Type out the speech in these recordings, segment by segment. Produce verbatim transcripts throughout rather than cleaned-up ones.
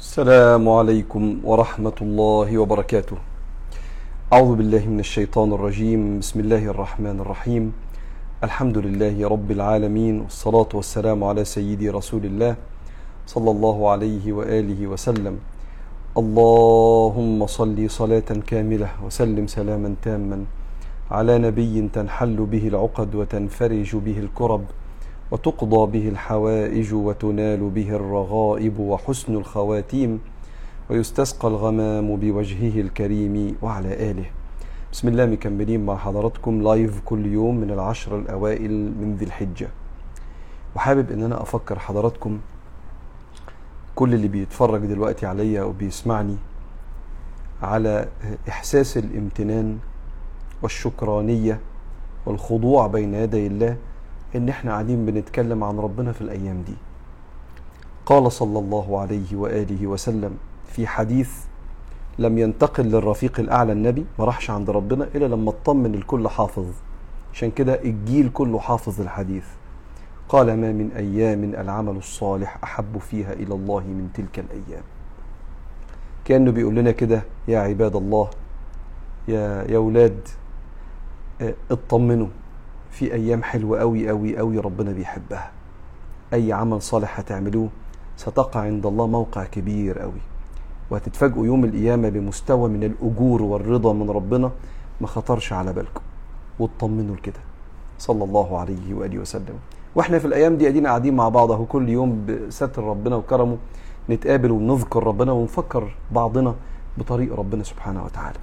السلام عليكم ورحمة الله وبركاته. أعوذ بالله من الشيطان الرجيم. بسم الله الرحمن الرحيم. الحمد لله رب العالمين، والصلاة والسلام على سيدي رسول الله صلى الله عليه وآله وسلم. اللهم صل صلاة كاملة وسلم سلاما تاما على نبي تنحل به العقد وتنفرج به الكرب وتقضى به الحوائج وتنال به الرغائب وحسن الخواتيم ويستسقى الغمام بوجهه الكريم وعلى آله. بسم الله، مكملين مع حضراتكم لايف كل يوم من العشر الأوائل من ذي الحجة. وحابب ان انا افكر حضراتكم، كل اللي بيتفرج دلوقتي عليا وبيسمعني، على احساس الامتنان والشكرانية والخضوع بين يدي الله، ان احنا قاعدين بنتكلم عن ربنا في الايام دي. قال صلى الله عليه وآله وسلم في حديث لم ينتقل للرفيق الاعلى النبي، ما راحش عند ربنا الا لما اطمن الكل حافظ، عشان كده الجيل كله حافظ الحديث. قال: ما من ايام العمل الصالح احب فيها الى الله من تلك الايام. كأنه بيقول لنا كده: يا عباد الله، يا يا ولاد، اطمنوا، في ايام حلوه قوي قوي قوي ربنا بيحبها. اي عمل صالح هتعملوه ستقع عند الله موقع كبير قوي، وهتتفاجئوا يوم القيامه بمستوى من الاجور والرضا من ربنا ما خطرش على بالكم. واطمنوا لكده صلى الله عليه واله وسلم. واحنا في الايام دي قاعدين قاعدين مع بعض اهو، كل يوم بستر ربنا وكرمه نتقابل ونذكر ربنا ونفكر بعضنا بطريق ربنا سبحانه وتعالى.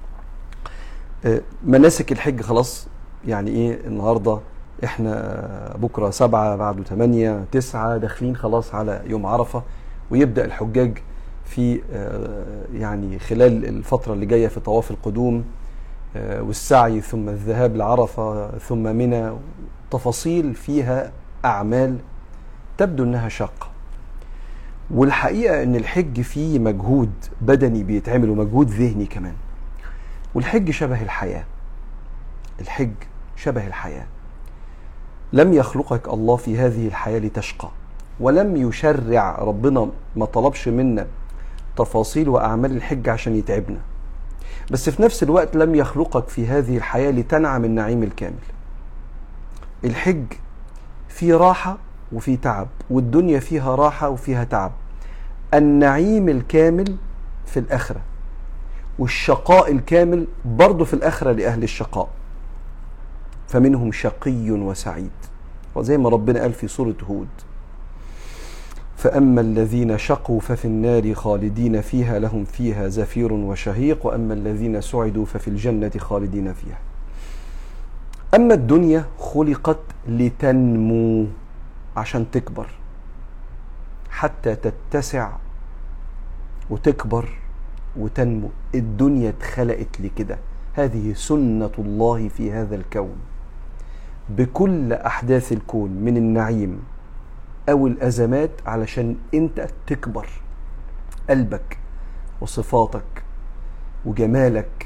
مناسك الحج خلاص، يعني ايه النهارده؟ احنا بكره سبعة، بعده ثمانية تسعة، داخلين خلاص على يوم عرفه، ويبدا الحجاج في يعني خلال الفتره اللي جايه في طواف القدوم والسعي، ثم الذهاب لعرفه، ثم منى. تفاصيل فيها اعمال تبدو انها شاقه، والحقيقه ان الحج فيه مجهود بدني بيتعمل ومجهود ذهني كمان. والحج شبه الحياه، الحج شبه الحياة. لم يخلقك الله في هذه الحياة لتشقى، ولم يشرع ربنا، ما طلبش منا تفاصيل وأعمال الحج عشان يتعبنا، بس في نفس الوقت لم يخلقك في هذه الحياة لتنعم النعيم الكامل. الحج فيه راحة وفيه تعب، والدنيا فيها راحة وفيها تعب. النعيم الكامل في الآخرة، والشقاء الكامل برضو في الآخرة لأهل الشقاء. فمنهم شقي وسعيد، وزي ما ربنا قال في سورة هود: فأما الذين شقوا ففي النار خالدين فيها لهم فيها زفير وشهيق، وأما الذين سعدوا ففي الجنة خالدين فيها. أما الدنيا خلقت لتنمو، عشان تكبر حتى تتسع وتكبر وتنمو. الدنيا اتخلقت لكده، هذه سنة الله في هذا الكون، بكل أحداث الكون من النعيم أو الأزمات، علشان أنت تكبر قلبك وصفاتك وجمالك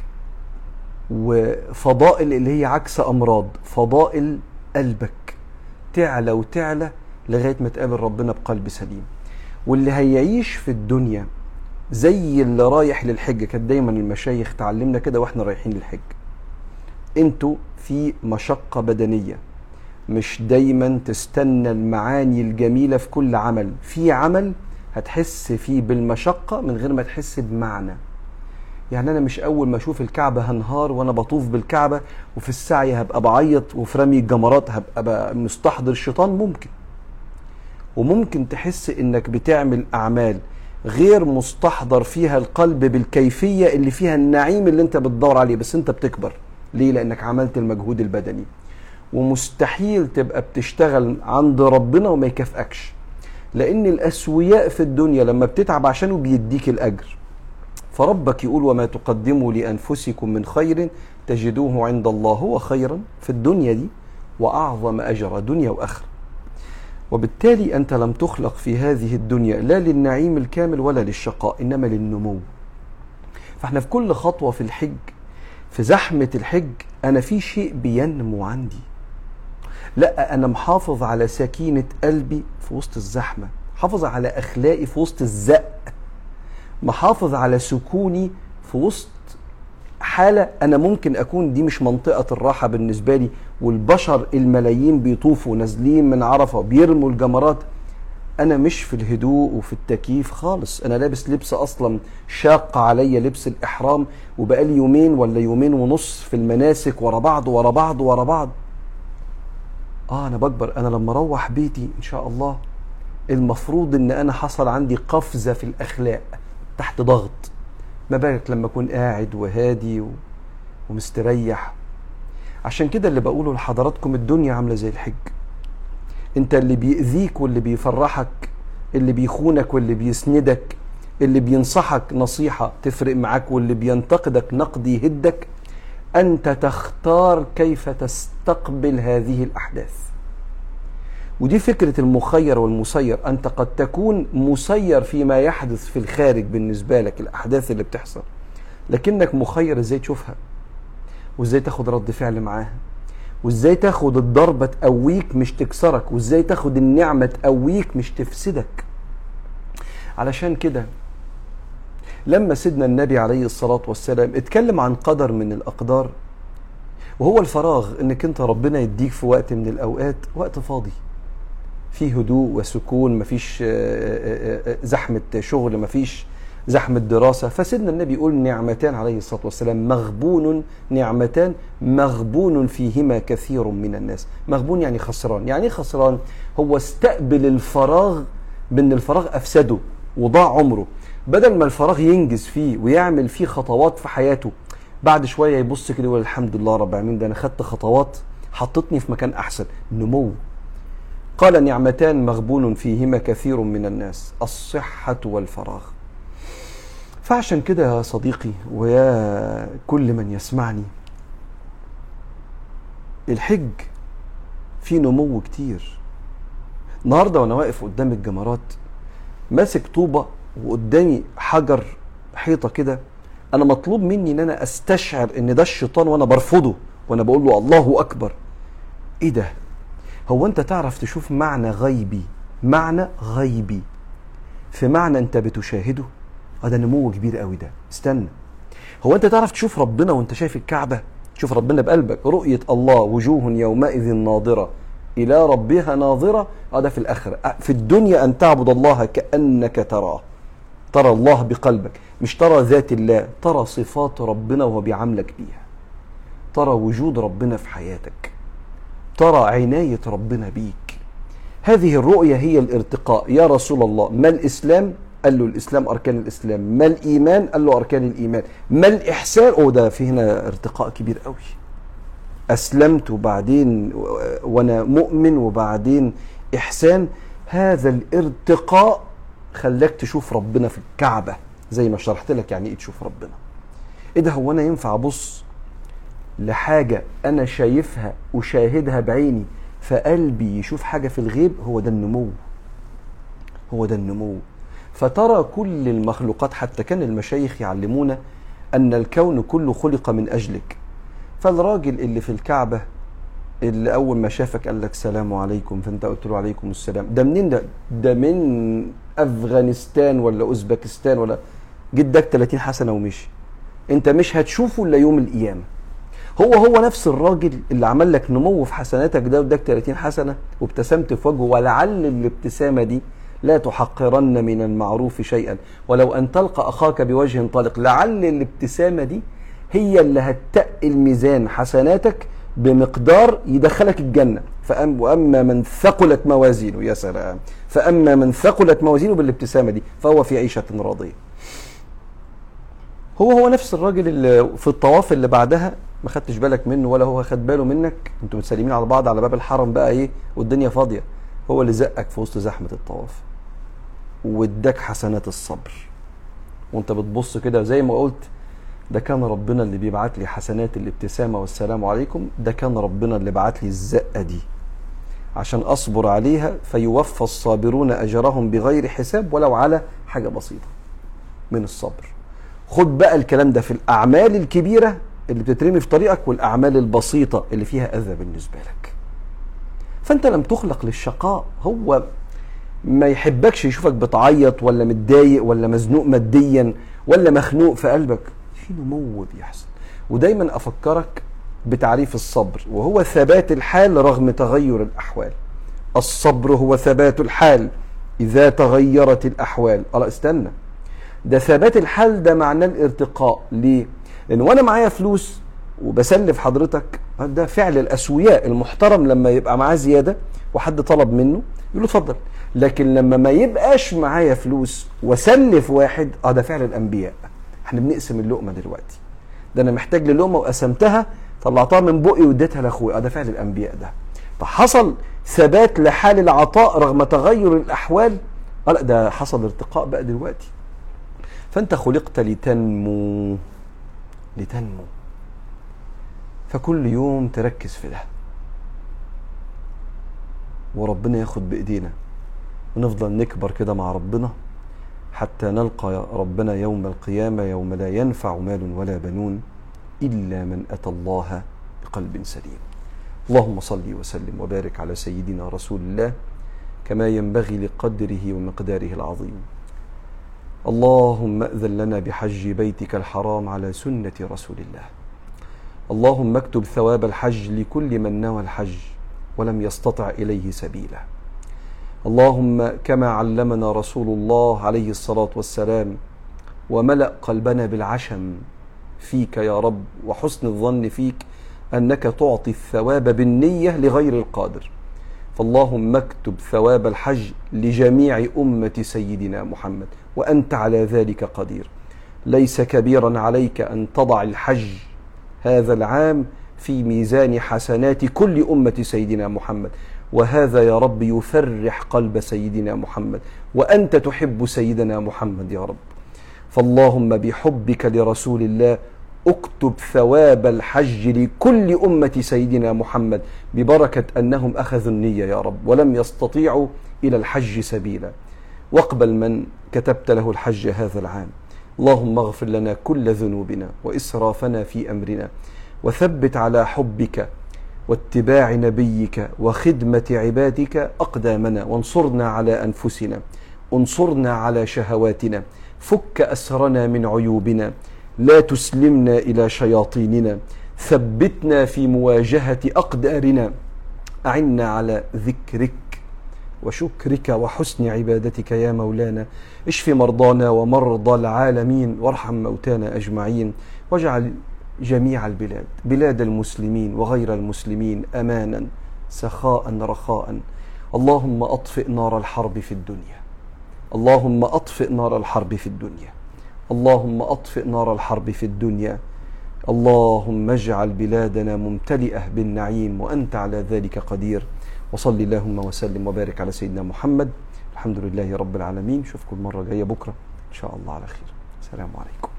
وفضائل اللي هي عكس أمراض، فضائل قلبك تعلى وتعلى لغاية ما تقابل ربنا بقلب سليم. واللي هيعيش في الدنيا زي اللي رايح للحج، كانت دايما المشايخ تعلمنا كده واحنا رايحين للحج: انتوا في مشقة بدنية، مش دايما تستنى المعاني الجميلة في كل عمل. في عمل هتحس فيه بالمشقة من غير ما تحس بمعنى. يعني انا مش اول ما اشوف الكعبة هنهار وانا بطوف بالكعبة، وفي السعي هبقى بعيط، وفي رمي الجمرات هبقى مستحضر الشيطان. ممكن وممكن تحس انك بتعمل اعمال غير مستحضر فيها القلب بالكيفية اللي فيها النعيم اللي انت بتدور عليه، بس انت بتكبر. ليه؟ لانك عملت المجهود البدني. ومستحيل تبقى بتشتغل عند ربنا وما يكافئكش، لان الاسوياء في الدنيا لما بتتعب عشانه بيديك الاجر. فربك يقول: وما تقدموا لانفسكم من خير تجدوه عند الله هو خيرا في الدنيا دي واعظم اجرا، دنيا واخره. وبالتالي أنت لم تخلق في هذه الدنيا لا للنعيم الكامل ولا للشقاء، إنما للنمو. فاحنا في كل خطوة في الحج، في زحمة الحج، أنا في شيء بينمو عندي. لا، أنا محافظ على سكينة قلبي في وسط الزحمة، حافظ على أخلاقي في وسط الزق. محافظ على سكوني في وسط حالة أنا ممكن أكون دي مش منطقة الراحة بالنسبة لي، والبشر الملايين بيطوفوا نازلين من عرفة بيرموا الجمرات، أنا مش في الهدوء وفي التكييف خالص، أنا لابس لبس أصلا شاق عليا لبس الإحرام، وبقالي يومين ولا يومين ونص في المناسك ورا بعض ورا بعض ورا بعض. آه أنا بكبر. أنا لما أروح بيتي إن شاء الله المفروض إن أنا حصل عندي قفزة في الأخلاق تحت ضغط، ما بالك لما أكون قاعد وهادي ومستريح. عشان كده اللي بقوله لحضراتكم، الدنيا عاملة زي الحج، انت اللي بيأذيك واللي بيفرحك، اللي بيخونك واللي بيسندك، اللي بينصحك نصيحة تفرق معاك واللي بينتقدك نقد يهدك، انت تختار كيف تستقبل هذه الأحداث. ودي فكرة المخير والمسير. انت قد تكون مسير فيما يحدث في الخارج بالنسبة لك، الأحداث اللي بتحصل، لكنك مخير ازاي تشوفها وازاي تاخد رد فعل معاها، وازاي تاخد الضربة تقويك مش تكسرك، وازاي تاخد النعمة تقويك مش تفسدك. علشان كده لما سيدنا النبي عليه الصلاة والسلام اتكلم عن قدر من الأقدار، وهو الفراغ، انك انت ربنا يديك في وقت من الأوقات وقت فاضي فيه هدوء وسكون، مفيش زحمة شغل، مفيش زحمة دراسة. فسيدنا النبي يقول نعمتان عليه الصلاة والسلام مغبون، نعمتان مغبون فيهما كثير من الناس. مغبون يعني خسران. يعني خسران؟ هو استقبل الفراغ بأن الفراغ أفسده وضاع عمره، بدل ما الفراغ ينجز فيه ويعمل فيه خطوات في حياته، بعد شوية يبص كده يقول الحمد لله رب العالمين، ده أنا خدت خطوات حطتني في مكان أحسن، نمو. قال نعمتان مغبون فيهما كثير من الناس، الصحة والفراغ. فعشان كده يا صديقي ويا كل من يسمعني، الحج فيه نمو كتير. النهارده وانا واقف قدام الجمرات ماسك طوبة وقدامي حجر حيطة كده، انا مطلوب مني ان انا استشعر ان ده الشيطان وانا برفضه وانا بقول له الله اكبر. ايه ده؟ هو انت تعرف تشوف معنى غيبي، معنى غيبي في معنى انت بتشاهده؟ هذا نمو كبير قوي ده. استنى، هو انت تعرف تشوف ربنا وانت شايف الكعبة؟ تشوف ربنا بقلبك، رؤية الله وجوه يومئذ ناظرة إلى ربها ناظرة. هذا في الآخرة. في الدنيا أن تعبد الله كأنك تراه، ترى الله بقلبك، مش ترى ذات الله، ترى صفات ربنا وهو بيعاملك بيها، ترى وجود ربنا في حياتك، ترى عناية ربنا بيك. هذه الرؤية هي الارتقاء. يا رسول الله ما الإسلام؟ قال له الإسلام أركان الإسلام. ما الإيمان؟ قال له أركان الإيمان. ما الإحسان؟ أو ده في هنا ارتقاء كبير قوي. أسلمت وبعدين وأنا مؤمن وبعدين إحسان. هذا الارتقاء خلاك تشوف ربنا في الكعبة زي ما شرحت لك يعني إيه تشوف ربنا. إيه ده؟ هو أنا ينفع أبص لحاجة أنا شايفها وشاهدها بعيني فقلبي يشوف حاجة في الغيب؟ هو ده النمو، هو ده النمو. فترى كل المخلوقات، حتى كان المشايخ يعلمونا أن الكون كله خلق من أجلك. فالراجل اللي في الكعبة اللي أول ما شافك قال لك سلام عليكم، فأنت قلت له عليكم السلام، ده منين ده؟ ده من أفغانستان ولا أوزبكستان ولا جدك ثلاثين حسنة ومشي. أنت مش هتشوفه إلا يوم القيامة. هو هو نفس الراجل اللي عمل لك نمو في حسناتك ده واداك ثلاثين حسنة وابتسمت في وجهه، ولعل الابتسامة دي لا تحقرن من المعروف شيئا ولو أن تلقى أخاك بوجه طلق. لعل الابتسامة دي هي اللي هتقل ميزان حسناتك بمقدار يدخلك الجنة. فأم وأما من ثقلت موازينه، يا سلام، فأما من ثقلت موازينه بالابتسامة دي فهو في عيشة راضية. هو هو نفس الراجل اللي في الطواف اللي بعدها ما خدتش بالك منه ولا هو خد باله منك، انتوا متسلمين على بعض على باب الحرم بقى ايه والدنيا فاضية، هو اللي زقك في وسط زحمة الطواف واداك حسنات الصبر. وانت بتبص كده زي ما قلت، ده كان ربنا اللي بيبعت لي حسنات الابتسامة والسلام عليكم، ده كان ربنا اللي بعت لي الزقة دي عشان أصبر عليها، فيوفى الصابرون أجرهم بغير حساب ولو على حاجة بسيطة من الصبر. خد بقى الكلام ده في الأعمال الكبيرة اللي بتترمي في طريقك والأعمال البسيطة اللي فيها أذى بالنسبة لك. فأنت لم تخلق للشقاء. هو ما يحبكش يشوفك بتعيط ولا متضايق ولا مزنوق ماديا ولا مخنوق في قلبك، في نمو بيحصل. ودايما افكرك بتعريف الصبر، وهو ثبات الحال رغم تغير الأحوال. الصبر هو ثبات الحال إذا تغيرت الأحوال. الله استنى، ده ثبات الحال ده معناه الارتقاء. ليه؟ لأن وأنا معايا فلوس وبسلف حضرتك، ده فعل الأسوياء المحترم لما يبقى معاه زيادة وحد طلب منه يقول له اتفضل. لكن لما ما يبقاش معايا فلوس وسلف واحد، اه ده فعل الأنبياء. احنا بنقسم اللقمة دلوقتي، ده أنا محتاج للقمة وقسمتها طلعتها من بقي واديتها لاخويا، اه ده فعل الانبياء ده. فحصل ثبات لحال العطاء رغم تغير الاحوال، اه لا ده حصل ارتقاء بقى دلوقتي. فانت خلقت لتنمو، لتنمو، فكل يوم تركز في ده، وربنا ياخد بايدينا ونفضل نكبر كده مع ربنا حتى نلقى ربنا يوم القيامة، يوم لا ينفع مال ولا بنون إلا من أتى الله بقلب سليم. اللهم صل وسلم وبارك على سيدنا رسول الله كما ينبغي لقدره ومقداره العظيم. اللهم أذن لنا بحج بيتك الحرام على سنة رسول الله. اللهم اكتب ثواب الحج لكل من نوى الحج ولم يستطع إليه سبيلا. اللهم كما علمنا رسول الله عليه الصلاة والسلام وملأ قلبنا بالعشم فيك يا رب وحسن الظن فيك أنك تعطي الثواب بالنية لغير القادر، فاللهم اكتب ثواب الحج لجميع أمة سيدنا محمد وأنت على ذلك قدير. ليس كبيرا عليك أن تضع الحج هذا العام في ميزان حسنات كل أمة سيدنا محمد، وهذا يا رب يفرح قلب سيدنا محمد، وأنت تحب سيدنا محمد يا رب. فاللهم بحبك لرسول الله اكتب ثواب الحج لكل أمة سيدنا محمد ببركة أنهم أخذوا النية يا رب ولم يستطيعوا إلى الحج سبيلا، واقبل من كتبت له الحج هذا العام. اللهم اغفر لنا كل ذنوبنا وإسرافنا في أمرنا، وثبت على حبك واتباع نبيك وخدمة عبادك أقدامنا، وانصرنا على أنفسنا، انصرنا على شهواتنا، فك أسرنا من عيوبنا، لا تسلمنا إلى شياطيننا، ثبتنا في مواجهة أقدارنا، أعنا على ذكرك وشكرك وحسن عبادتك يا مولانا. اشف مرضانا ومرضى العالمين، وارحم موتانا أجمعين، واجعل جميع البلاد بلاد المسلمين وغير المسلمين أمانا سخاء رخاء. اللهم أطفئ نار الحرب في الدنيا، اللهم أطفئ نار الحرب في الدنيا، اللهم أطفئ نار الحرب في الدنيا. اللهم اجعل بلادنا ممتلئة بالنعيم وأنت على ذلك قدير. وصل اللهم وسلم وبارك على سيدنا محمد. الحمد لله رب العالمين. نشوفكم المرة الجاية بكرة إن شاء الله على خير. السلام عليكم.